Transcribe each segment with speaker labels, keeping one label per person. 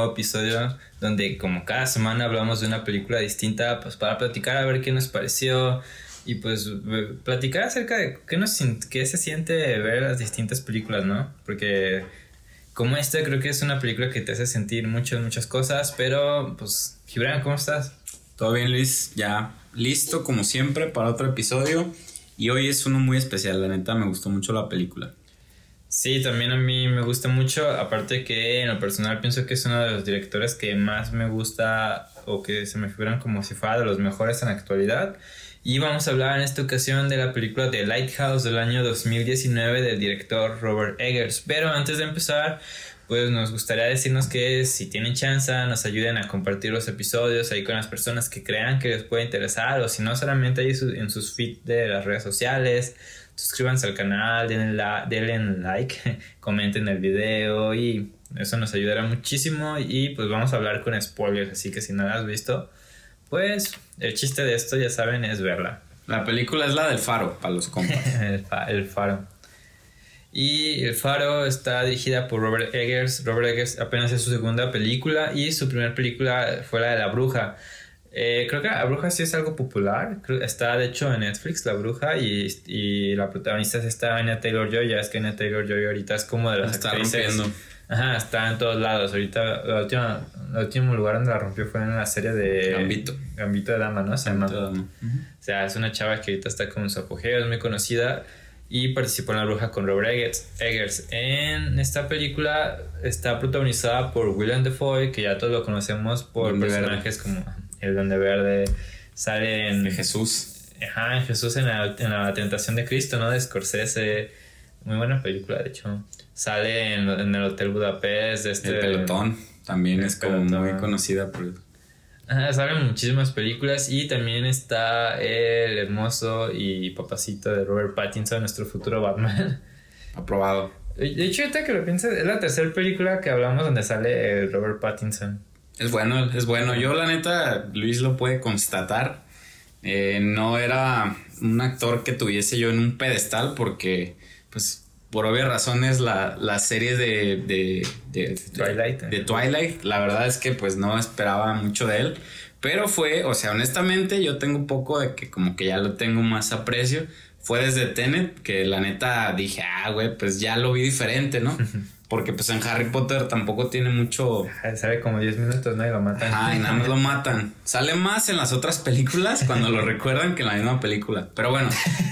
Speaker 1: nuevo episodio donde como cada semana hablamos de una película distinta, pues para platicar a ver qué nos pareció y pues platicar acerca de qué se siente ver las distintas películas, ¿no? Porque como esta creo que es una película que te hace sentir muchas cosas, pero pues Gibran, ¿cómo estás?
Speaker 2: Todo bien, Luis, ya listo como siempre para otro episodio y hoy es uno muy especial, la neta me gustó mucho la película.
Speaker 1: Sí, también a mí me gusta mucho, aparte que en lo personal pienso que es uno de los directores que más me gusta o que se me figuran como si fuera de los mejores en la actualidad. Y vamos a hablar en esta ocasión de la película The Lighthouse del año 2019 del director Robert Eggers. Pero antes de empezar, pues nos gustaría decirnos que si tienen chance nos ayuden a compartir los episodios ahí con las personas que crean que les puede interesar, o si no, solamente ahí en sus feeds de las redes sociales. Suscríbanse al canal, denle like, comenten el video y eso nos ayudará muchísimo. Y pues vamos a hablar con spoilers, así que si no la has visto, pues el chiste de esto ya saben es verla.
Speaker 2: La película es la del Faro, para los compas.
Speaker 1: El Faro. Y El Faro está dirigida por Robert Eggers. Robert Eggers apenas es su segunda película y su primera película fue la de La Bruja. Creo que La Bruja sí es algo popular. Está de hecho en Netflix La Bruja y la protagonista es esta Anya Taylor-Joy. Ya es que Anya Taylor-Joy ahorita es como de las actrices. Rompiendo. Ajá, está en todos lados. Ahorita el último lugar donde la rompió fue en la serie de Gambito de Dama, ¿no? Se llama. O sea, es una chava que ahorita está como en su apogeo, es muy conocida. Y participó en La Bruja con Robert Eggers. En esta película está protagonizada por Willem Dafoe, que ya todos lo conocemos por personajes como El Duende Verde. Sale en
Speaker 2: Jesús.
Speaker 1: Ajá, en Jesús en la Tentación de Cristo, ¿no? De Scorsese. Muy buena película, de hecho. Sale en el Hotel Budapest.
Speaker 2: El Pelotón también es como muy conocida por...
Speaker 1: Ajá, salen muchísimas películas y también está el hermoso y papacito de Robert Pattinson, nuestro futuro Batman.
Speaker 2: Aprobado.
Speaker 1: De hecho, ahorita que lo piensas, es la tercera película que hablamos donde sale Robert Pattinson.
Speaker 2: Es bueno. Yo la neta, Luis lo puede constatar. No era un actor que tuviese yo en un pedestal porque, pues, por obvias razones, la serie de Twilight, la verdad es que pues no esperaba mucho de él. Pero fue, o sea, honestamente, yo tengo un poco de que como que ya lo tengo más aprecio. Fue desde Tenet que la neta dije, güey, pues ya lo vi diferente, ¿no? Porque pues en Harry Potter tampoco tiene mucho...
Speaker 1: Sale como 10 minutos, ¿no? Y lo matan.
Speaker 2: Y nada más lo matan. Sale más en las otras películas cuando lo recuerdan que en la misma película. Pero bueno,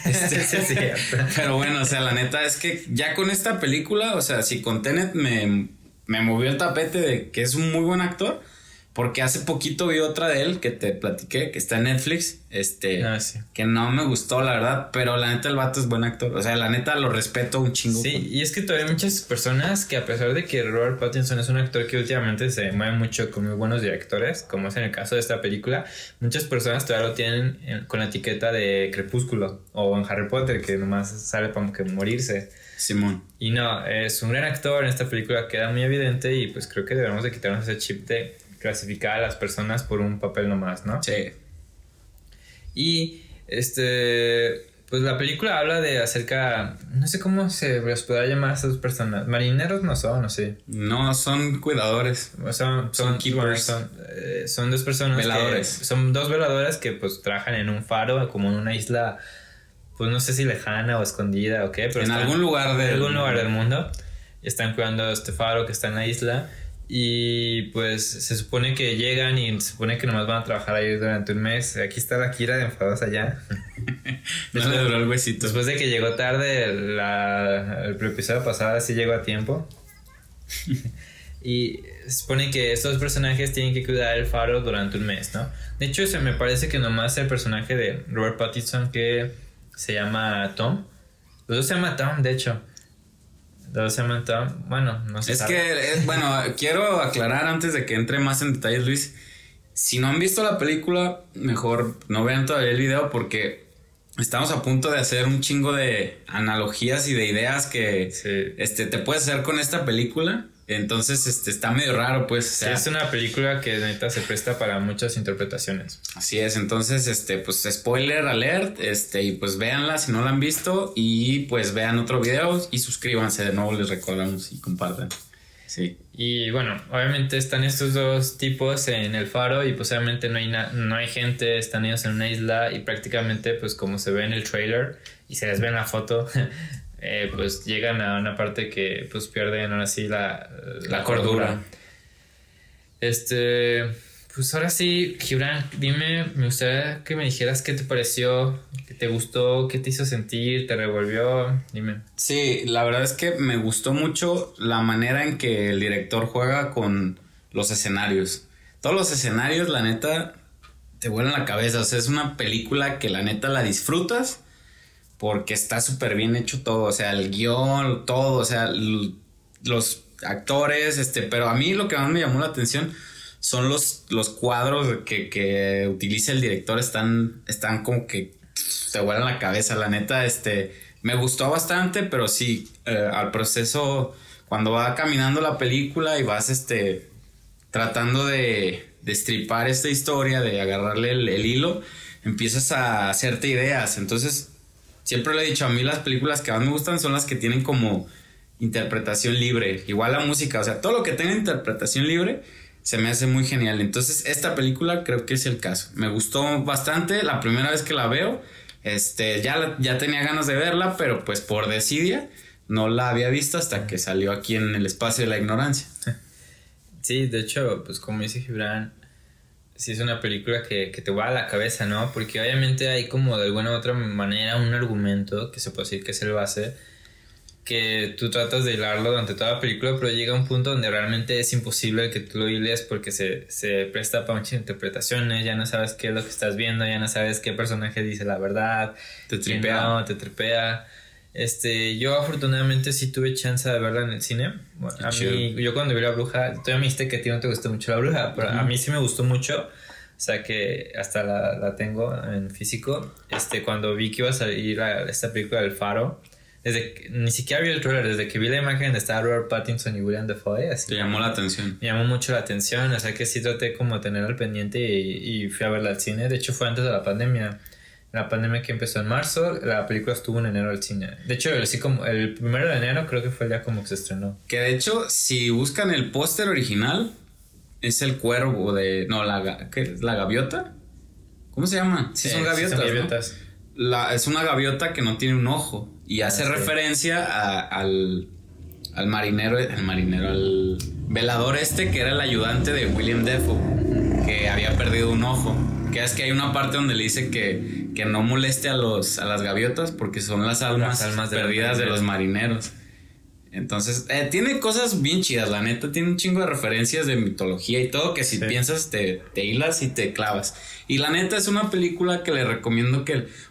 Speaker 2: pero bueno, o sea, la neta es que ya con esta película, o sea, si con Tenet me movió el tapete de que es un muy buen actor. Porque hace poquito vi otra de él que te platiqué, que está en Netflix,
Speaker 1: sí.
Speaker 2: Que no me gustó, la verdad, pero la neta el vato es buen actor, o sea, la neta lo respeto un chingo.
Speaker 1: Sí, y es que todavía hay muchas personas que a pesar de que Robert Pattinson es un actor que últimamente se mueve mucho con muy buenos directores, como es en el caso de esta película, muchas personas todavía lo tienen con la etiqueta de Crepúsculo o en Harry Potter, que nomás sale para que morirse.
Speaker 2: Simón.
Speaker 1: Y no, es un gran actor, en esta película queda muy evidente y pues creo que debemos de quitarnos ese chip de clasificar a las personas por un papel nomás, ¿no?
Speaker 2: Sí.
Speaker 1: Y pues la película habla de acerca, no sé cómo se les podrá llamar a esas personas. Marineros no son, ¿o sí?
Speaker 2: No, son cuidadores.
Speaker 1: Son keepers. Son dos personas.
Speaker 2: Veladores.
Speaker 1: Son dos veladores que pues trabajan en un faro, como en una isla, pues no sé si lejana o escondida o qué, pero
Speaker 2: en algún lugar
Speaker 1: del mundo. Están cuidando este faro que está en la isla. Y pues se supone que llegan y se supone que nomás van a trabajar ahí durante un mes. Aquí está la Kira de enfadosa ya.
Speaker 2: No le duró el huesito.
Speaker 1: Después de que llegó tarde, el episodio pasado sí llegó a tiempo. Y se supone que estos personajes tienen que cuidar el faro durante un mes, ¿no? De hecho, me parece que nomás el personaje de Robert Pattinson que se llama Tom. Los dos se llaman Tom, de hecho. Bueno, no sé.
Speaker 2: Es que, bueno, quiero aclarar antes de que entre más en detalles, Luis. Si no han visto la película, mejor no vean todavía el video porque estamos a punto de hacer un chingo de analogías y de ideas que te puedes hacer con esta película. Entonces, está medio raro, pues. O sea,
Speaker 1: es una película que neta se presta para muchas interpretaciones.
Speaker 2: Así es, entonces, pues, spoiler alert, y pues véanla si no la han visto y pues vean otro video y suscríbanse de nuevo, les recordamos y compartan. Sí.
Speaker 1: Y bueno, obviamente están estos dos tipos en el faro y pues obviamente no hay gente, están ellos en una isla y prácticamente pues como se ve en el trailer y se les ve en la foto, pues llegan a una parte que pues pierden ahora sí la cordura. Pues ahora sí, Gibran, dime, me gustaría que me dijeras qué te pareció, qué te gustó, qué te hizo sentir, te revolvió, dime.
Speaker 2: Sí, la verdad es que me gustó mucho la manera en que el director juega con los escenarios. Todos los escenarios, la neta, te vuelan la cabeza. O sea, es una película que la neta la disfrutas porque está súper bien hecho todo. O sea, el guión, todo, o sea, los actores, pero a mí lo que más me llamó la atención son los cuadros que utiliza el director, están como que te vuelan la cabeza, la neta, me gustó bastante, pero sí, al proceso, cuando va caminando la película y vas, tratando de destripar esta historia, de agarrarle el hilo, empiezas a hacerte ideas. Entonces, siempre le he dicho, a mí las películas que más me gustan son las que tienen como interpretación libre, igual la música, o sea, todo lo que tenga interpretación libre se me hace muy genial. Entonces esta película creo que es el caso. Me gustó bastante la primera vez que la veo. Ya tenía ganas de verla, pero pues por desidia no la había visto hasta que salió aquí en el espacio de la ignorancia.
Speaker 1: Sí, de hecho, pues como dice Gibran, sí es una película que te va a la cabeza, ¿no? Porque obviamente hay como de alguna u otra manera un argumento que se puede decir que es el base, que tú tratas de hilarlo durante toda la película, pero llega un punto donde realmente es imposible que tú lo hiles porque se presta para muchas interpretaciones, ya no sabes qué es lo que estás viendo, ya no sabes qué personaje dice la verdad,
Speaker 2: te tripea.
Speaker 1: No, te tripea. Yo afortunadamente sí tuve chance de verla en el cine. Bueno, a mí, yo cuando vi La Bruja, tú ya me dijiste que a ti no te gustó mucho La Bruja, pero a mí sí me gustó mucho. O sea que hasta la tengo en físico. Cuando vi que iba a salir esta película del Faro, ni siquiera vi el trailer, desde que vi la imagen de estar Robert Pattinson y William Dafoe, así
Speaker 2: te llamó la atención.
Speaker 1: Me llamó mucho la atención, o sea que sí traté como de tener al pendiente y fui a verla al cine. De hecho fue antes de la pandemia. La pandemia que empezó en marzo, la película estuvo en enero al cine. De hecho, así como el 1 de enero creo que fue el día como que se estrenó.
Speaker 2: Que de hecho, si buscan el póster original, es el cuervo de... No, ¿qué es? ¿La gaviota? ¿Cómo se llama? Sí, son gaviotas,
Speaker 1: son gaviotas.
Speaker 2: ¿No? Es una gaviota que no tiene un ojo. Y hace referencia al marinero, al velador que era el ayudante de William Dafoe, que había perdido un ojo. Que es que hay una parte donde le dice que no moleste a las gaviotas porque son las almas perdidas de los marineros. Entonces, tiene cosas bien chidas, la neta, tiene un chingo de referencias de mitología y todo que si piensas te hilas y te clavas. Y la neta es una película que le recomiendo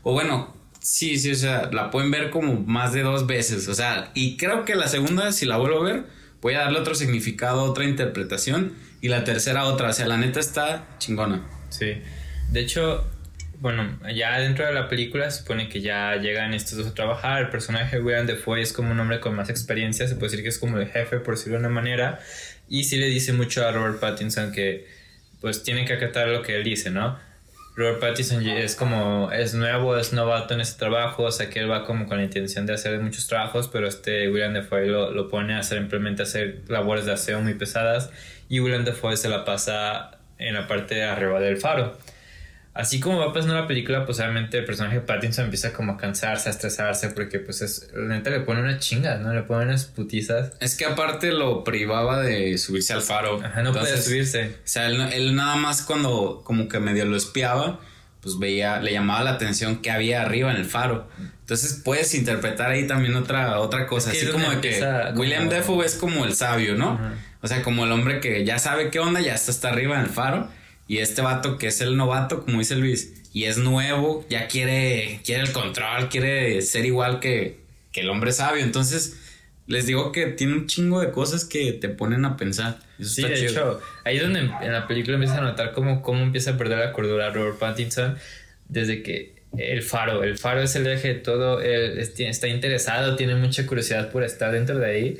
Speaker 2: sí, o sea, la pueden ver como más de 2 veces, o sea, y creo que la segunda, si la vuelvo a ver, voy a darle otro significado, otra interpretación, y la tercera otra, o sea, la neta está chingona.
Speaker 1: Sí, de hecho, bueno, ya dentro de la película se supone que ya llegan estos dos a trabajar. El personaje de William Dafoe es como un hombre con más experiencia, se puede decir que es como el jefe, por decirlo de una manera, y sí le dice mucho a Robert Pattinson que pues tiene que acatar lo que él dice, ¿no? Robert Pattinson es nuevo, es novato en este trabajo, o sea que él va como con la intención de hacer muchos trabajos, pero William Dafoe lo pone a simplemente hacer labores de aseo muy pesadas, y William Dafoe se la pasa en la parte de arriba del faro. Así como va pasando la película, pues obviamente el personaje de Pattinson empieza como a cansarse, a estresarse, porque pues la neta le pone unas chingas, ¿no? Le pone unas putizas.
Speaker 2: Es que aparte lo privaba de subirse al faro.
Speaker 1: Ajá, no podía subirse.
Speaker 2: O sea, él nada más cuando como que medio lo espiaba, pues le llamaba la atención que había arriba en el faro. Entonces puedes interpretar ahí también otra cosa. Es que así como de que William Dafoe es como el sabio, ¿no? Uh-huh. O sea, como el hombre que ya sabe qué onda, ya está arriba en el faro. Y este vato que es el novato, como dice Luis, y es nuevo, ya quiere el control, quiere ser igual que el hombre sabio. Entonces, les digo que tiene un chingo de cosas que te ponen a pensar. Eso
Speaker 1: sí, de hecho, ahí es donde en la película empiezas a notar cómo empieza a perder la cordura Robert Pattinson, desde que el faro es el eje de todo, él está interesado, tiene mucha curiosidad por estar dentro de ahí.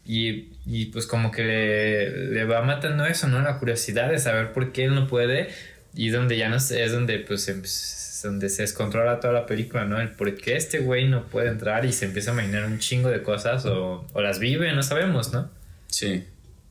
Speaker 1: Y pues como que le va matando eso, ¿no? La curiosidad de saber por qué él no puede. Y donde ya no sé, es donde pues donde se descontrola toda la película, ¿no? El por qué este güey no puede entrar y se empieza a imaginar un chingo de cosas o las vive, no sabemos, ¿no?
Speaker 2: Sí.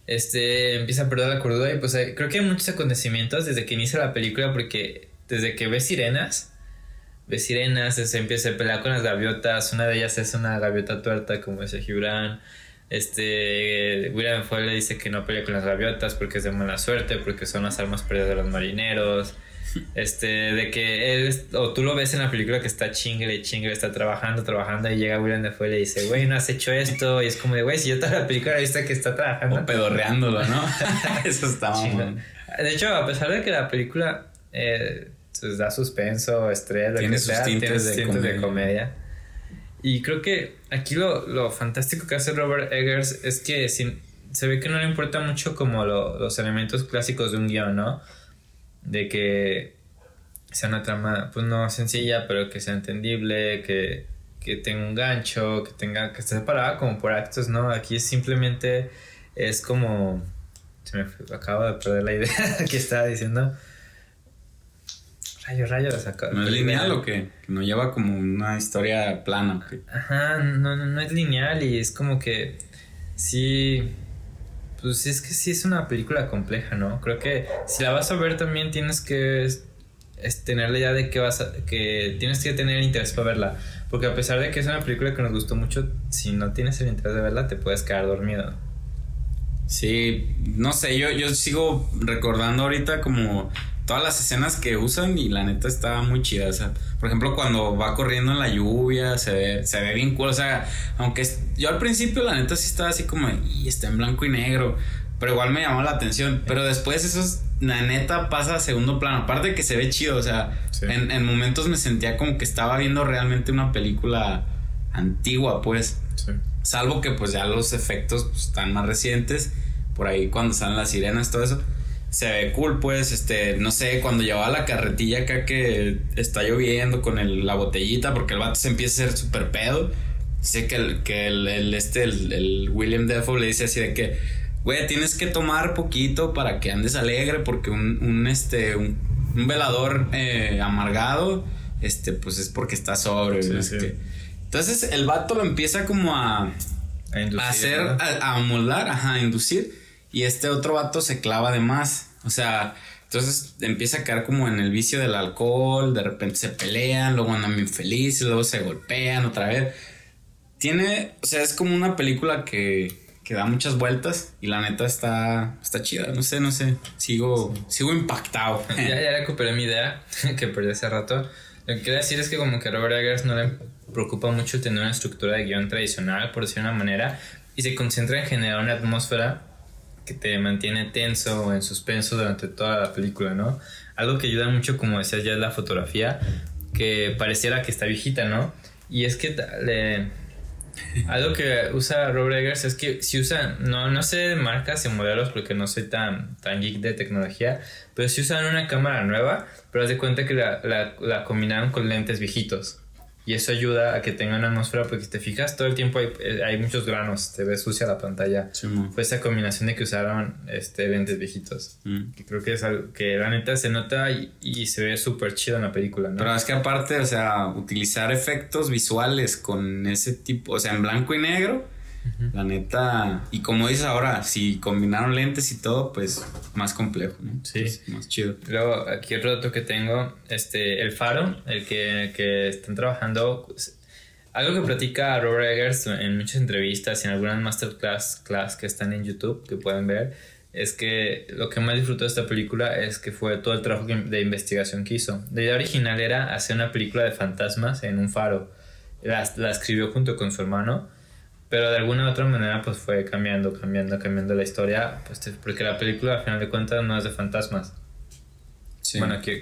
Speaker 1: empieza a perder la cordura y pues creo que hay muchos acontecimientos desde que inicia la película, porque desde que ve sirenas, se empieza a pelear con las gaviotas. Una de ellas es una gaviota tuerta, como decía Gibran. William Dafoe le dice que no pelee con las gaviotas porque es de mala suerte, porque son las armas perdidas de los marineros. De que él, o tú lo ves en la película que está chingle, está trabajando y llega William Dafoe y le dice, güey, no has hecho esto, y es como de, güey, si yo toda la película he visto que está trabajando.
Speaker 2: O pedorreándolo, ¿no? Eso está mal.
Speaker 1: De hecho, a pesar de que la película pues da suspenso, estrés, lo
Speaker 2: tiene
Speaker 1: que
Speaker 2: sus
Speaker 1: sea,
Speaker 2: tintes
Speaker 1: de comedia. Y creo que aquí lo fantástico que hace Robert Eggers es que se ve que no le importa mucho como los elementos clásicos de un guión, ¿no? De que sea una trama, pues no sencilla, pero que sea entendible, que tenga un gancho, que esté separada como por actos, ¿no? Aquí simplemente es como... acabo de perder la idea que estaba diciendo. Rayo de sacar.
Speaker 2: ¿No es lineal o qué? Que no lleva como una historia plana. ¿Qué?
Speaker 1: Ajá, no es lineal y es como que sí. Pues es que sí es una película compleja, ¿no? Creo que si la vas a ver también tienes que tener la idea de que tienes que tener interés para verla. Porque a pesar de que es una película que nos gustó mucho, si no tienes el interés de verla te puedes quedar dormido.
Speaker 2: Sí, no sé, yo sigo recordando ahorita como todas las escenas que usan y la neta está muy chida. O sea, por ejemplo, cuando va corriendo en la lluvia, se ve bien cool. O sea, aunque yo al principio la neta sí estaba así como, y está en blanco y negro, pero igual me llamó la atención. Pero después eso, la neta, pasa a segundo plano. Aparte de que se ve chido, o sea, sí. En momentos me sentía como que estaba viendo realmente una película antigua, pues. Sí. Salvo que pues ya los efectos pues, están más recientes. Por ahí cuando salen las sirenas, todo eso se ve cool, pues. No sé, cuando llevaba la carretilla acá que está lloviendo con la botellita, porque el vato se empieza a hacer súper pedo. Dice que el William Dafoe le dice así de que, güey, tienes que tomar poquito para que andes alegre, porque un velador amargado, pues es porque está sobrio. Sí, sí. Entonces el vato lo empieza como a inducir, a hacer, ¿no? a moldar, a inducir. Y otro vato se clava de más. O sea, entonces empieza a caer como en el vicio del alcohol. De repente se pelean, luego andan bien felices, luego se golpean otra vez. O sea, es como una película que da muchas vueltas. Y la neta está chida. No sé. Sigo impactado.
Speaker 1: Ya recuperé mi idea que perdí hace rato. Lo que quiero decir es que como que a Robert Eggers no le preocupa mucho tener una estructura de guión tradicional, por decir de una manera, y se concentra en generar una atmósfera que te mantiene tenso o en suspenso durante toda la película, ¿no? Algo que ayuda mucho, como decías ya, es la fotografía, que pareciera que está viejita, ¿no? Y es que algo que usa Robert Eggers es que si usan, no sé de marcas y modelos porque no soy tan geek de tecnología, pero si usan una cámara nueva, pero haz de cuenta que la combinaron con lentes viejitos. Y eso ayuda a que tenga una atmósfera, porque si te fijas, todo el tiempo hay muchos granos, te ve sucia la pantalla. Sí, fue esa combinación de que usaron lentes viejitos. Que creo que es algo que la neta se nota y se ve súper chido en la película, ¿no?
Speaker 2: Pero es que aparte, o sea, utilizar efectos visuales con ese tipo, o sea, en blanco y negro, la neta, y como dices ahora, si combinaron lentes y todo, pues más complejo, ¿no?
Speaker 1: Sí.
Speaker 2: Pues, más chido.
Speaker 1: Luego, aquí otro dato que tengo, el faro, el que están trabajando, algo que platica Robert Eggers en muchas entrevistas y en algunas masterclass que están en YouTube, que pueden ver, es que lo que más disfrutó de esta película es que fue todo el trabajo de investigación que hizo. La idea original era hacer una película de fantasmas en un faro. La escribió junto con su hermano, pero de alguna u otra manera pues fue cambiando la historia, pues, porque la película al final de cuentas no es de fantasmas. Sí.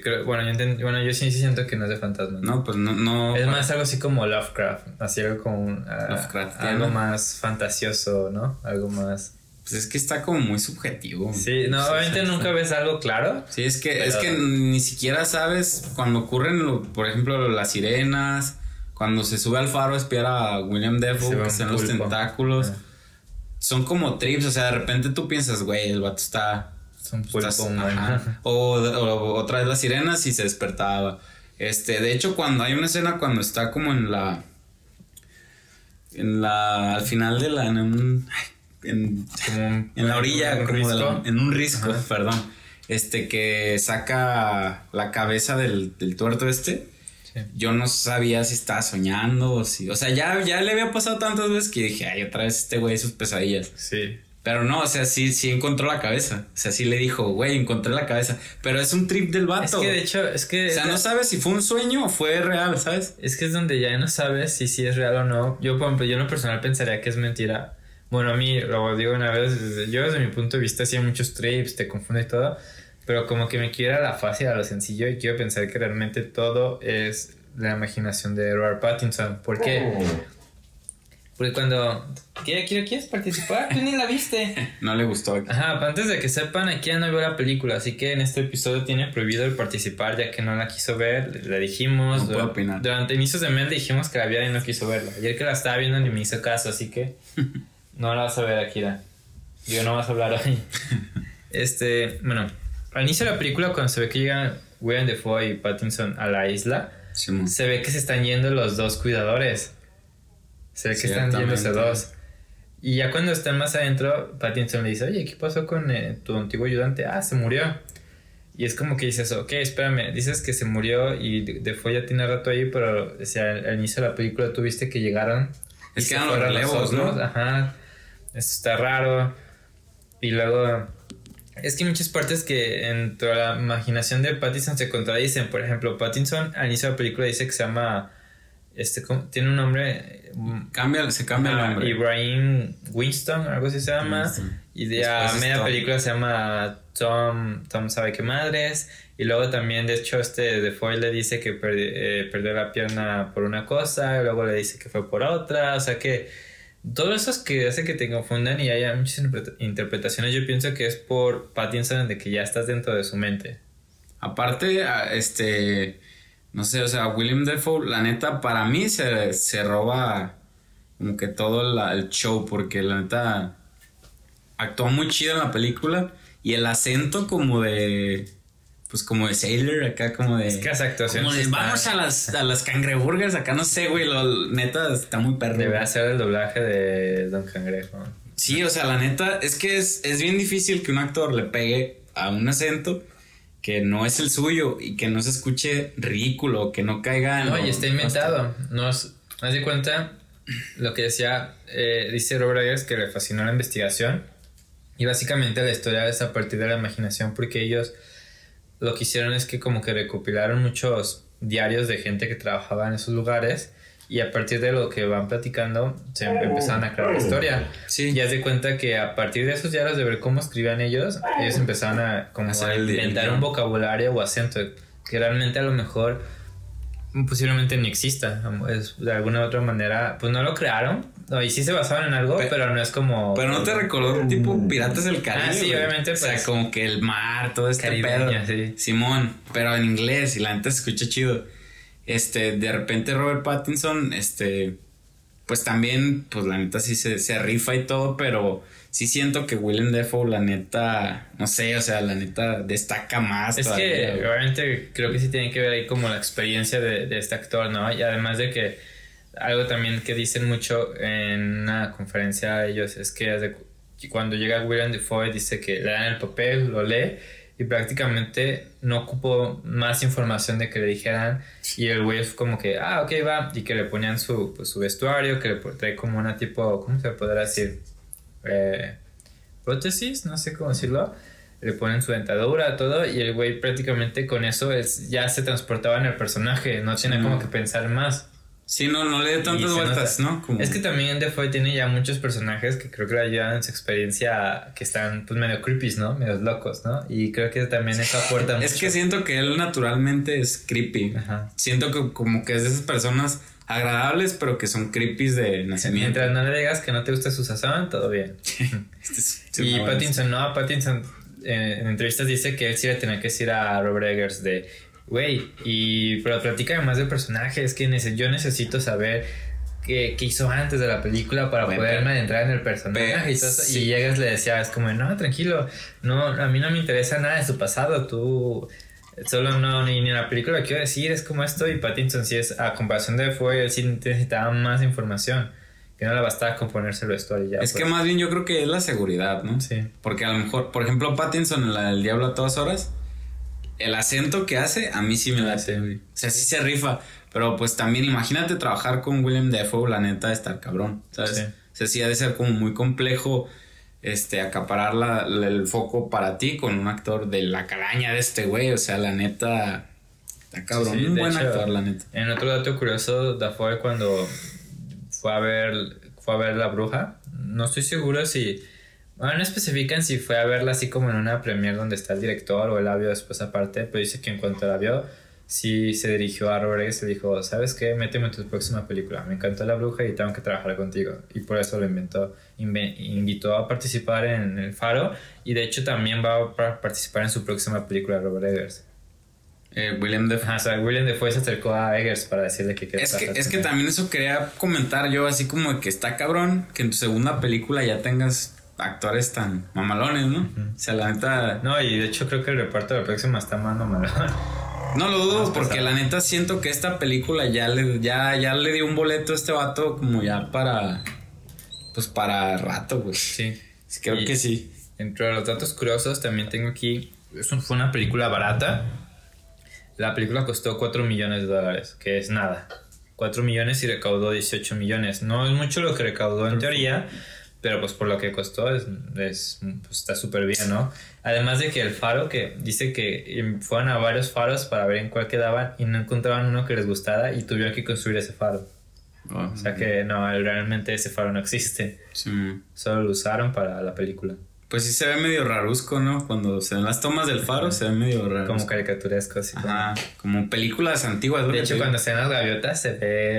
Speaker 1: Yo sí siento que no es de fantasmas.
Speaker 2: No, pues no.
Speaker 1: Es más algo así como Lovecraft, así algo como algo más fantasioso, ¿no? Algo más.
Speaker 2: Pues es que está como muy subjetivo.
Speaker 1: Sí, no, obviamente nunca ves algo claro.
Speaker 2: Sí, es que ni siquiera sabes cuando ocurren, por ejemplo, las sirenas. Cuando se sube al faro a espiar a William Dafoe, que están los tentáculos. Son como trips, o sea, de repente tú piensas, güey, el vato está...
Speaker 1: Son pulpo.
Speaker 2: O otra vez las sirenas y se despertaba. De hecho, cuando hay una escena cuando está como al final de en la orilla,
Speaker 1: un
Speaker 2: como
Speaker 1: risco.
Speaker 2: en un risco,
Speaker 1: Ajá.
Speaker 2: perdón. Que saca la cabeza del tuerto
Speaker 1: Sí.
Speaker 2: Yo no sabía si estaba soñando o si... O sea, ya le había pasado tantas veces que dije, ay, otra vez este güey sus pesadillas.
Speaker 1: Sí.
Speaker 2: Pero no, o sea, sí encontró la cabeza. O sea, sí le dijo, güey, encontré la cabeza. Pero es un trip del vato.
Speaker 1: Es que de hecho,
Speaker 2: O sea, no sabes si fue un sueño o fue real, ¿sabes?
Speaker 1: es que es donde ya no sabes si es real o no. Yo, por ejemplo, yo en lo personal pensaría que es mentira. Bueno, a mí, lo digo una vez, yo desde mi punto de vista hacía muchos trips, te confunde y todo, pero como que me quiero ir a la fácil, a lo sencillo, y quiero pensar que realmente todo es la imaginación de Robert Pattinson. ¿Por qué? Porque cuando... ¿Quieres participar? Tú ni la viste.
Speaker 2: No le gustó.
Speaker 1: Ajá, antes de que sepan, aquí ya no vio la película, así que en este episodio tiene prohibido el participar, ya que no la quiso ver. Le dijimos,
Speaker 2: No puedo opinar.
Speaker 1: durante inicios de mes le dijimos que la viera y no quiso verla. Ayer que la estaba viendo ni me hizo caso, así que no la vas a ver, Akira. Yo no vas a hablar hoy. Bueno, al inicio de la película, cuando se ve que llegan Willem Dafoe y Pattinson a la isla,
Speaker 2: Simón.
Speaker 1: se ve que se están yendo los dos cuidadores. Se ve que están yéndose dos. Y ya cuando están más adentro, Pattinson le dice, oye, ¿qué pasó con tu antiguo ayudante? Ah, se murió. Y es como que dices, ok, espérame, dices que se murió y Defoe ya tiene rato ahí, pero o sea, al inicio de la película tuviste que llegaron.
Speaker 2: Es
Speaker 1: y
Speaker 2: que
Speaker 1: se
Speaker 2: eran los
Speaker 1: fueron
Speaker 2: relevos, ¿no?
Speaker 1: otros. Ajá, esto está raro. Y luego, es que hay muchas partes que entre la imaginación de Pattinson se contradicen. Por ejemplo, Pattinson al inicio de la película dice que se llama... tiene un nombre...
Speaker 2: Se cambia el nombre.
Speaker 1: Ibrahim Winston, algo así se llama.
Speaker 2: Winston.
Speaker 1: Y de a
Speaker 2: Después es
Speaker 1: media
Speaker 2: Tom.
Speaker 1: película se llama Tom sabe qué madres. Y luego también, de hecho, Defoe le dice que perdió la pierna por una cosa. Y luego le dice que fue por otra. O sea que todo eso es que hace que te confundan y haya muchas interpretaciones. Yo pienso que es por Pattinson, de que ya estás dentro de su mente.
Speaker 2: Aparte, no sé, o sea, Willem Dafoe, la neta, para mí se roba como que todo el show, porque la neta actuó muy chido en la película y el acento como de, pues como de Sailor, acá como de...
Speaker 1: Es que las actuaciones
Speaker 2: como de,
Speaker 1: están...
Speaker 2: vamos a las cangreburgers, acá no sé, güey, neta está muy perro.
Speaker 1: Debe hacer el doblaje de Don Cangrejo.
Speaker 2: Sí, o sea, la neta, es que es bien difícil que un actor le pegue a un acento que no es el suyo y que no se escuche ridículo, que no caiga en...
Speaker 1: No, y está inventado. Haz de cuenta lo que decía, dice Robert Eggers, que le fascinó la investigación. Y básicamente la historia es a partir de la imaginación, porque ellos lo que hicieron es que como que recopilaron muchos diarios de gente que trabajaba en esos lugares. Y a partir de lo que van platicando, se empezaron a crear la historia.
Speaker 2: Sí.
Speaker 1: Y haz de cuenta que a partir de esos diarios, de ver cómo escribían ellos empezaron a como
Speaker 2: Hacer
Speaker 1: a
Speaker 2: el
Speaker 1: inventar
Speaker 2: guión.
Speaker 1: un vocabulario o acento que realmente a lo mejor posiblemente ni exista. De alguna u otra manera, pues no lo crearon. No, y sí se basaban en algo, pero no es como...
Speaker 2: Pero no te recordó tipo Piratas del Caribe.
Speaker 1: Ah, sí,
Speaker 2: güey?
Speaker 1: obviamente,
Speaker 2: O sea,
Speaker 1: pues,
Speaker 2: como que el mar, todo este
Speaker 1: caribeña,
Speaker 2: pedo.
Speaker 1: sí.
Speaker 2: Simón, pero en inglés y la neta se escucha chido. De repente Robert Pattinson, pues también, pues la neta sí se rifa y todo, pero sí siento que Willem Dafoe, la neta, no sé, o sea, la neta destaca más.
Speaker 1: Es
Speaker 2: todavía,
Speaker 1: que
Speaker 2: güey.
Speaker 1: obviamente creo que sí tiene que ver ahí como la experiencia de este actor, ¿no? Y además de que algo también que dicen mucho en una conferencia a ellos es que cuando llega Willem Dafoe dice que le dan el papel, lo lee y prácticamente no ocupó más información de que le dijeran y el güey es como que, ok, va, y que le ponían su vestuario, que le trae como una tipo, ¿cómo se podrá decir? Prótesis, no sé cómo decirlo. Le ponen su dentadura, todo, y el güey prácticamente con eso ya se transportaba en el personaje, no tiene como que pensar más.
Speaker 2: Sí, no le dé tantas
Speaker 1: Y se
Speaker 2: vueltas,
Speaker 1: nota.
Speaker 2: ¿no? Como...
Speaker 1: Es que también Defoe tiene ya muchos personajes que creo que le ayudan en su experiencia, que están pues medio creepy, ¿no? Medio locos, ¿no? Y creo que también eso aporta mucho.
Speaker 2: Es que siento que él naturalmente es creepy.
Speaker 1: Ajá.
Speaker 2: Siento que como que es de esas personas agradables, pero que son creepies de nacimiento.
Speaker 1: Mientras no le digas que no te gusta su sazón, todo bien. Y Pattinson en entrevistas dice que él sí le tenía que decir a Robert Eggers de... Güey, pero platícame más del personaje. Es que yo necesito saber qué hizo antes de la película para poderme adentrar en el personaje y todo eso.
Speaker 2: Sí.
Speaker 1: Y Eggers le decía, es como, no, tranquilo, no, a mí no me interesa nada de su pasado, tú solo ni en la película quiero decir, es como esto. Y Pattinson sí es, a comparación de Defoe, él sí necesitaba más información. que no le bastaba con ponerse el vestuario y ya.
Speaker 2: Es
Speaker 1: pues.
Speaker 2: que más bien yo creo que es la seguridad, ¿no?
Speaker 1: Sí.
Speaker 2: Porque a lo mejor, por ejemplo, Pattinson en la del Diablo a todas horas, el acento que hace, a mí sí me late, güey. O sea, sí se rifa. Pero pues también imagínate trabajar con William Dafoe, la neta, está cabrón, ¿sabes?
Speaker 1: Sí.
Speaker 2: O sea, sí ha de ser como muy complejo acaparar el foco para ti con un actor de la calaña de este güey. O sea, la neta, está cabrón.
Speaker 1: Sí,
Speaker 2: un
Speaker 1: de
Speaker 2: buen
Speaker 1: hecho,
Speaker 2: actor, la neta.
Speaker 1: En otro dato curioso, Dafoe cuando fue a ver La Bruja, no estoy seguro si... Bueno, no especifican si fue a verla así como en una premiere donde está el director o él la vio después aparte, pero dice que en cuanto la vio, sí se dirigió a Robert Eggers y le dijo, ¿sabes qué? Méteme en tu próxima película. Me encantó La Bruja y tengo que trabajar contigo. Y por eso lo invitó a participar en El Faro y de hecho también va a participar en su próxima película, Robert Eggers.
Speaker 2: William Dafoe.
Speaker 1: Ajá, o sea, William Dafoe se acercó a Eggers para decirle que quería trabajar
Speaker 2: Es
Speaker 1: con
Speaker 2: que
Speaker 1: él.
Speaker 2: también eso quería comentar yo, así como que está cabrón que en tu segunda película ya tengas actores tan mamalones, ¿no? O sea, la neta...
Speaker 1: No, y de hecho creo que el reparto de la próxima está más malo.
Speaker 2: No lo dudo,
Speaker 1: Más
Speaker 2: porque
Speaker 1: pesado.
Speaker 2: la neta siento que esta película ya le dio un boleto a este vato como ya para... Pues para rato, güey.
Speaker 1: Sí.
Speaker 2: Creo
Speaker 1: Y
Speaker 2: que sí.
Speaker 1: entre los datos curiosos también tengo aquí, fue una película barata. La película costó $4 millones, que es nada. 4 millones y recaudó 18 millones. No es mucho lo que recaudó en teoría, pero pues por lo que costó pues está súper bien, ¿no? Además de que el faro, que dice que fueron a varios faros para ver en cuál quedaban y no encontraban uno que les gustara y tuvieron que construir ese faro. O sea que no, realmente ese faro no existe.
Speaker 2: Sí.
Speaker 1: Solo lo usaron para la película.
Speaker 2: Pues sí se ve medio rarusco, ¿no? Cuando se ven las tomas del faro se ve medio raro.
Speaker 1: Como caricaturesco, así como...
Speaker 2: Ajá, como películas antiguas, ¿no?
Speaker 1: De hecho, cuando se ven las gaviotas se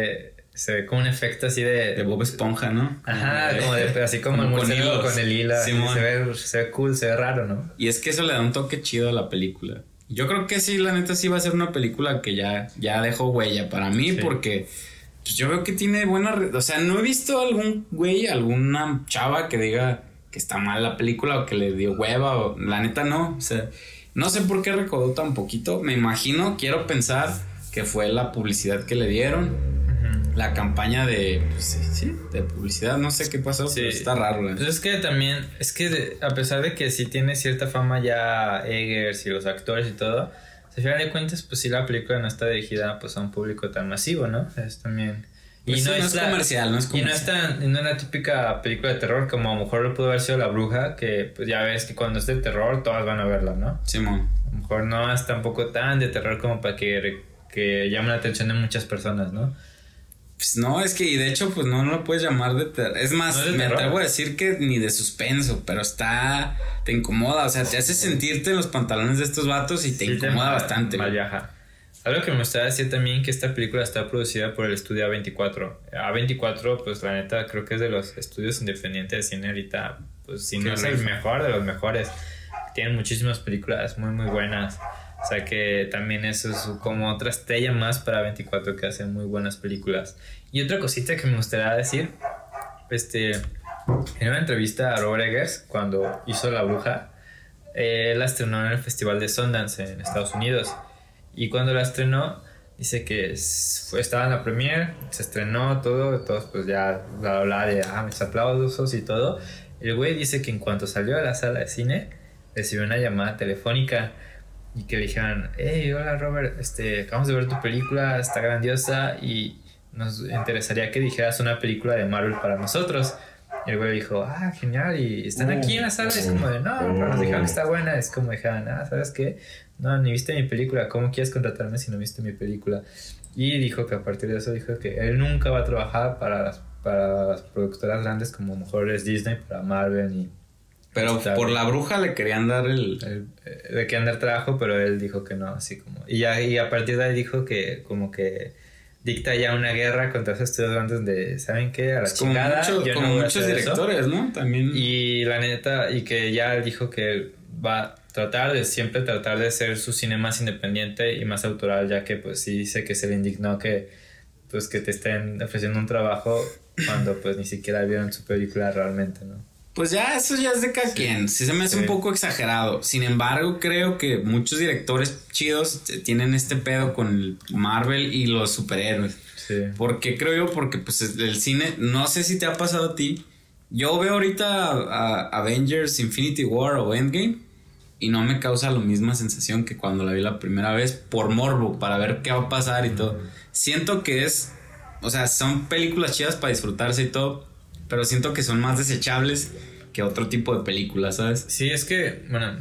Speaker 1: ve como un efecto así
Speaker 2: de Bob Esponja, ¿no?
Speaker 1: Ajá, como así como el
Speaker 2: con
Speaker 1: murciélago
Speaker 2: hilos.
Speaker 1: con el hilo.
Speaker 2: Simón.
Speaker 1: Se ve cool, se ve raro, ¿no?
Speaker 2: Y es que eso le da un toque chido a la película. Yo creo que sí, la neta sí va a ser una película que ya dejó huella para mí,
Speaker 1: Sí.
Speaker 2: porque pues yo veo que tiene o sea, no he visto algún güey, alguna chava que diga que está mal la película o que le dio hueva, o la neta no. O sea, no sé por qué recaudó tan poquito. Me imagino, quiero pensar que fue la publicidad que le dieron. La campaña de, pues, sí, de publicidad, no sé qué pasó,
Speaker 1: Sí.
Speaker 2: pero está raro.
Speaker 1: Pues es que también, a pesar de que sí tiene cierta fama ya Eggers y los actores y todo, al final de cuentas, pues sí la película no está dirigida pues a un público tan masivo, ¿no? Es también...
Speaker 2: Pues sí, no es comercial, no es comercial.
Speaker 1: Y no es la típica película de terror como a lo mejor lo pudo haber sido La Bruja, que pues ya ves que cuando es de terror todas van a verla, ¿no?
Speaker 2: Simón.
Speaker 1: A lo mejor no es tampoco tan de terror como para que llame la atención de muchas personas, ¿no?
Speaker 2: Pues no, es que y de hecho pues no lo puedes llamar de terror. Es más,
Speaker 1: ¿No es de
Speaker 2: me
Speaker 1: terror?
Speaker 2: atrevo a decir que ni de suspenso, pero te incomoda, o sea, te hace sentirte en los pantalones de estos vatos y te
Speaker 1: Sí,
Speaker 2: incomoda bastante.
Speaker 1: Mal viaja. Algo que me gustaría decir también que esta película está producida por el estudio A24. A24, pues la neta creo que es de los estudios independientes de cine ahorita, pues si no es el mejor de los mejores. Tienen muchísimas películas muy muy buenas. O sea que también eso es como otra estrella más para 24 que hacen muy buenas películas. Y otra cosita que me gustaría decir, en una entrevista a Robert Eggers cuando hizo La Bruja, la estrenó en el Festival de Sundance en Estados Unidos. Y cuando la estrenó, dice que estaba en la premiere, se estrenó todo, todos pues ya bla bla de mis aplausos y todo. El güey dice que en cuanto salió a la sala de cine, recibió una llamada telefónica y que le dijeron, hey, hola Robert, acabamos de ver tu película, está grandiosa y nos interesaría que dijeras una película de Marvel para nosotros. Y el güey dijo, genial, y están aquí en la sala. Y es como de, no, pero nos dijeron que está buena. Es como dijeron, ¿sabes qué? No, ni viste mi película, ¿cómo quieres contratarme si no viste mi película? Y dijo que a partir de eso dijo que él nunca va a trabajar para las productoras grandes como a lo mejor es Disney, para Marvel y...
Speaker 2: Pero por La Bruja le querían dar
Speaker 1: de que andar trabajo, pero él dijo que no, así como... Y a partir de ahí dijo que como que dicta ya una guerra contra esos estudios grandes de, ¿saben qué? A la chingada.
Speaker 2: Como muchos directores, ¿no? También.
Speaker 1: Y la neta, y que ya dijo que va a siempre tratar de hacer su cine más independiente y más autoral, ya que pues sí dice que se le indignó que pues que te estén ofreciendo un trabajo cuando pues ni siquiera vieron su película realmente, ¿no?
Speaker 2: Pues ya, eso ya es de cada quien. Sí se me hace un poco exagerado. Sin embargo, creo que muchos directores chidos tienen este pedo con el Marvel y los superhéroes.
Speaker 1: Sí.
Speaker 2: ¿Por qué creo yo? Porque pues el cine, no sé si te ha pasado a ti. Yo veo ahorita a Avengers Infinity War o Endgame y no me causa la misma sensación que cuando la vi la primera vez por morbo, para ver qué va a pasar y todo. Siento que es, o sea, son películas chidas para disfrutarse y todo, pero siento que son más desechables que otro tipo de películas, ¿sabes?
Speaker 1: Sí, es que, bueno,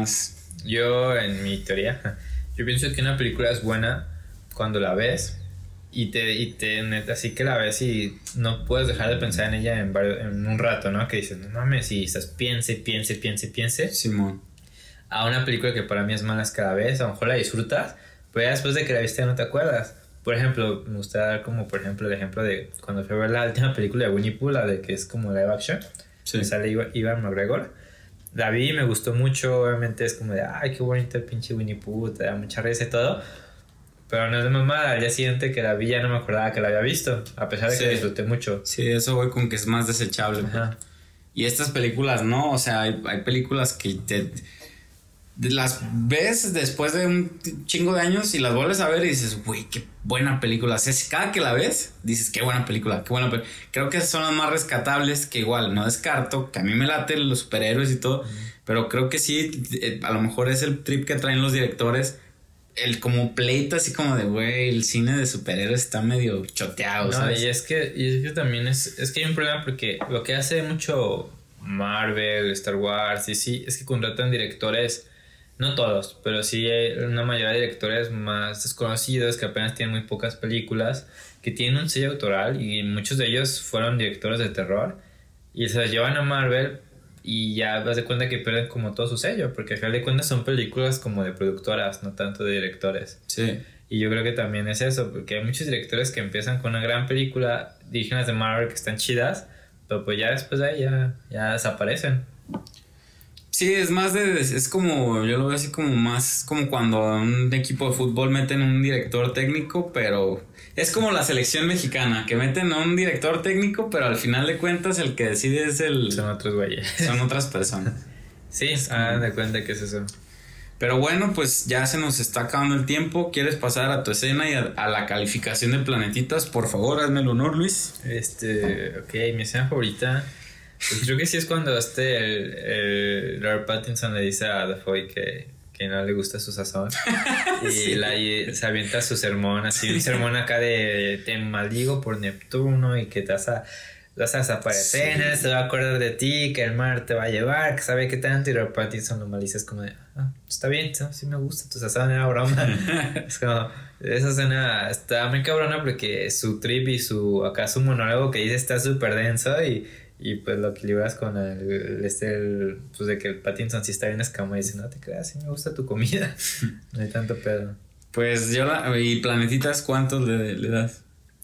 Speaker 2: yo
Speaker 1: en mi teoría, yo pienso que una película es buena cuando la ves y neta, así que la ves y no puedes dejar de pensar en ella en un rato, ¿no? Que dices, no mames, y estás piense.
Speaker 2: Simón.
Speaker 1: A una película que para mí es mala cada vez, a lo mejor la disfrutas, pero ya después de que la viste ya no te acuerdas. Por ejemplo, me gusta dar como, por ejemplo, el ejemplo de cuando fui a ver la última película de Winnie Pooh, la de que es como live action.
Speaker 2: Sí.
Speaker 1: Me sale Ivan McGregor. La vi y me gustó mucho. Obviamente es como de, ay, qué bonito el pinche Winnie Pooh, te da mucha risa y todo. Pero no es de mamada. Al día siguiente que la vi ya no me acordaba que la había visto, a pesar de que la disfruté mucho.
Speaker 2: Sí, eso voy con que es más desechable.
Speaker 1: Ajá.
Speaker 2: Y estas películas, ¿no? O sea, hay películas que las ves después de un chingo de años y las vuelves a ver y dices, güey, qué buena película. O sea, cada que la ves, dices, qué buena película, qué buena película. Creo que esas son las más rescatables, que igual no descarto, que a mí me laten los superhéroes y todo, pero creo que sí, a lo mejor es el trip que traen los directores, el como pleito así como de, güey, el cine de superhéroes está medio choteado,
Speaker 1: No,
Speaker 2: ¿sabes?
Speaker 1: y es que también es que hay un problema porque lo que hace mucho Marvel, Star Wars, y sí, es que contratan directores. No todos, pero sí hay una mayoría de directores más desconocidos que apenas tienen muy pocas películas, que tienen un sello autoral y muchos de ellos fueron directores de terror y se las llevan a Marvel y ya vas de cuenta que pierden como todo su sello, porque al final de cuentas son películas como de productoras, no tanto de directores.
Speaker 2: Sí.
Speaker 1: Y yo creo que también es eso, porque hay muchos directores que empiezan con una gran película, dirigen las de Marvel que están chidas, pero pues ya después de ahí ya desaparecen.
Speaker 2: Sí, es más es como, yo lo veo así como más como cuando a un equipo de fútbol meten un director técnico, pero es como la selección mexicana, que meten a un director técnico, pero al final de cuentas el que decide es
Speaker 1: Son otros güeyes.
Speaker 2: son otras personas.
Speaker 1: Sí, hagan de cuenta que es eso.
Speaker 2: Pero bueno, pues ya se nos está acabando el tiempo. ¿Quieres pasar a tu escena y a la calificación de planetitas? Por favor, hazme el honor, Luis.
Speaker 1: Ok, mi escena favorita, pues creo que sí es cuando el Robert Pattinson le dice a Dafoe que no le gusta su sazón y se avienta su sermón, así un sermón acá de te maldigo por Neptuno y que vas a desaparecer, se va a acordar de ti, que el mar te va a llevar, que sabe qué tanto, y Robert Pattinson lo maldice, es como de, está bien, sí me gusta tu sazón, era broma. Es como, esa escena está muy cabrona porque su trip y su monólogo que dice está súper denso y pues lo equilibras con pues de que el Pattinson sí está bien escamado y dice, no te creas, sí me gusta tu comida. No hay tanto pedo.
Speaker 2: Pues y planetitas, ¿cuántos le das?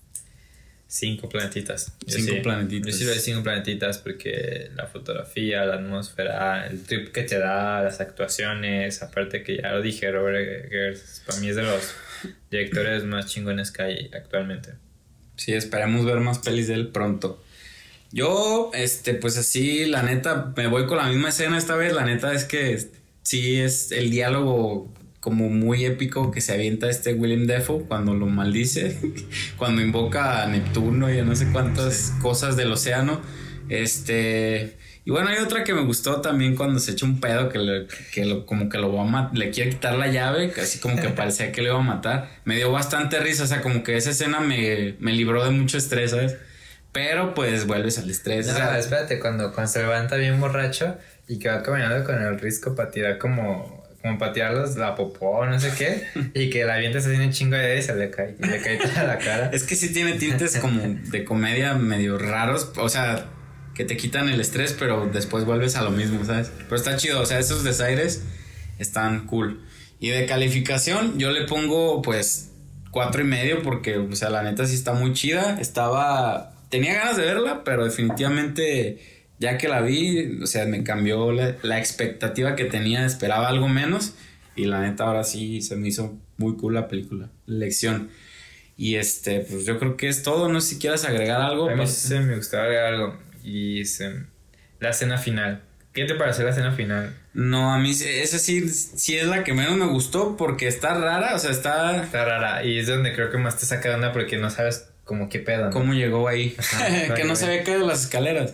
Speaker 1: 5 planetitas.
Speaker 2: 5 planetitas.
Speaker 1: Yo sí le doy 5 planetitas porque la fotografía, la atmósfera, el trip que te da, las actuaciones, aparte que ya lo dije, Robert Eggers para mí es de los directores más chingones que hay actualmente.
Speaker 2: Sí, esperemos ver más pelis de él pronto. Yo, pues así, la neta, me voy con la misma escena esta vez. La neta es que sí es el diálogo como muy épico que se avienta Willem Dafoe cuando lo maldice, cuando invoca a Neptuno y a no sé cuántas cosas del océano. Y bueno, hay otra que me gustó también cuando se echa un pedo como que lo va a le quiere quitar la llave, así como que parecía que le iba a matar. Me dio bastante risa, o sea, como que esa escena me libró de mucho estrés, ¿sabes? Pero pues vuelves al estrés.
Speaker 1: No, o sea, espérate, cuando se levanta bien borracho y que va caminando con el risco para tirar como para tirarlos la popó, no sé qué, y que la avienta se tiene un chingo de dedo y se le cae toda la cara.
Speaker 2: Es que sí tiene tintes como de comedia medio raros, o sea, que te quitan el estrés, pero después vuelves a lo mismo, ¿sabes? Pero está chido, o sea, esos desaires están cool. Y de calificación yo le pongo pues 4.5 porque, o sea, la neta sí está muy chida. Tenía ganas de verla, pero definitivamente ya que la vi, o sea, me cambió la expectativa que tenía, esperaba algo menos y la neta ahora sí se me hizo muy cool la película, lección. Y pues yo creo que es todo, no sé si quieras agregar algo.
Speaker 1: A mí sí me gustaba agregar algo y la escena final. ¿Qué te pareció la escena final?
Speaker 2: No, a mí esa sí es la que menos me gustó porque está rara, o sea, está
Speaker 1: rara y es donde creo que más te saca de onda porque no sabes como qué pedo, ¿no?
Speaker 2: ¿Cómo llegó ahí? Que no se había caído las escaleras.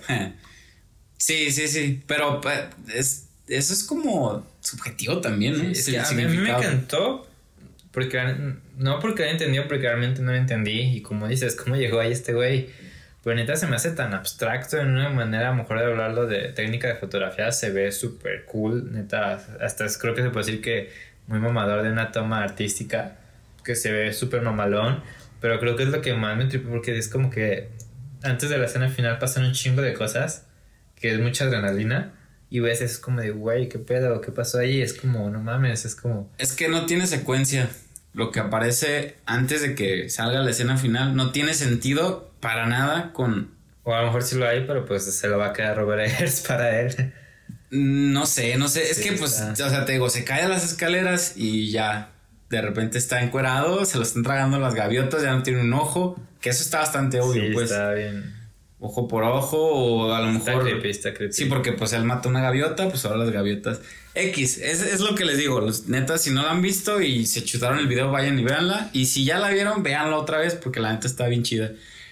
Speaker 2: Sí, pero eso es como subjetivo también, ¿no?
Speaker 1: Sí, es que a mí me encantó porque no porque lo entendido, porque realmente no lo entendí y como dices, ¿cómo llegó ahí este güey? Pero neta se me hace tan abstracto en una manera, a lo mejor de hablarlo de técnica de fotografía, se ve súper cool, neta, hasta creo que se puede decir que muy mamador de una toma artística, que se ve súper mamalón, pero creo que es lo que más me tripa porque es como que antes de la escena final pasan un chingo de cosas, que es mucha adrenalina, y ves, es como de, güey, ¿qué pedo? ¿Qué pasó ahí? Es como, no mames, es como...
Speaker 2: Es que no tiene secuencia. Lo que aparece antes de que salga la escena final no tiene sentido para nada con...
Speaker 1: O a lo mejor sí lo hay, pero pues se lo va a quedar Robert Eggers para él.
Speaker 2: No sé, es
Speaker 1: sí,
Speaker 2: que pues, o sea, te digo, se cae a las escaleras y ya de repente está encuerado, se lo están tragando las gaviotas, ya no tiene un ojo, que eso está bastante obvio,
Speaker 1: sí,
Speaker 2: pues.
Speaker 1: Está bien.
Speaker 2: Ojo por ojo, o a lo mejor...
Speaker 1: Está creepy.
Speaker 2: Sí, porque pues él mata una gaviota, pues ahora las gaviotas... es lo que les digo, los netas, si no la han visto y se chutaron el video, vayan y véanla. Y si ya la vieron, véanla otra vez, porque la neta está bien chida.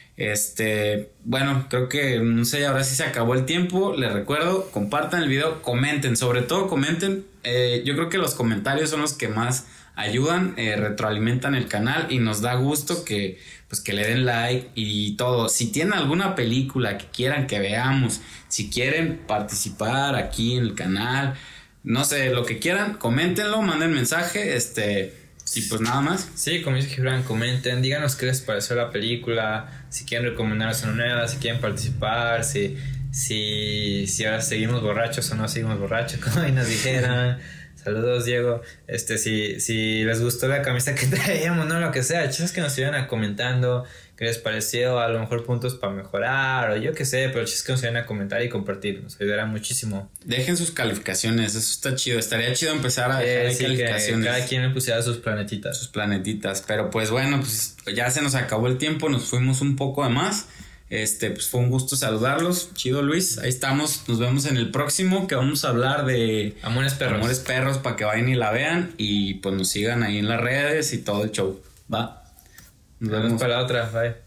Speaker 2: Bueno, creo que, no sé, ahora sí se acabó el tiempo. Les recuerdo, compartan el video, comenten, sobre todo comenten. Yo creo que los comentarios son los que más ayudan, retroalimentan el canal y nos da gusto que le den like y todo. Si tienen alguna película que quieran que veamos, si quieren participar aquí en el canal, no sé, lo que quieran, coméntenlo, manden mensaje, y pues nada más.
Speaker 1: Sí, como dice Gibran, comenten, díganos qué les pareció la película, si quieren recomendarnos una nueva, si quieren participar, si ahora seguimos borrachos o no seguimos borrachos, como ahí nos dijeron. Saludos, Diego. Si les gustó la camisa que traíamos, no, lo que sea, chistes que nos sigan comentando, qué les pareció, a lo mejor puntos para mejorar, o yo qué sé, pero chistes que nos sigan a comentar y compartir, nos ayudará muchísimo.
Speaker 2: Dejen sus calificaciones, eso está chido. Estaría chido empezar a dejar calificaciones.
Speaker 1: Que cada quien le pusiera sus planetitas.
Speaker 2: Pero pues bueno, pues ya se nos acabó el tiempo, nos fuimos un poco de más. Pues fue un gusto saludarlos. Chido, Luis. Ahí estamos. Nos vemos en el próximo, que vamos a hablar de
Speaker 1: Amores Perros,
Speaker 2: para que vayan y la vean y pues nos sigan ahí en las redes y todo el show. Va.
Speaker 1: Nos vemos para la otra. Bye.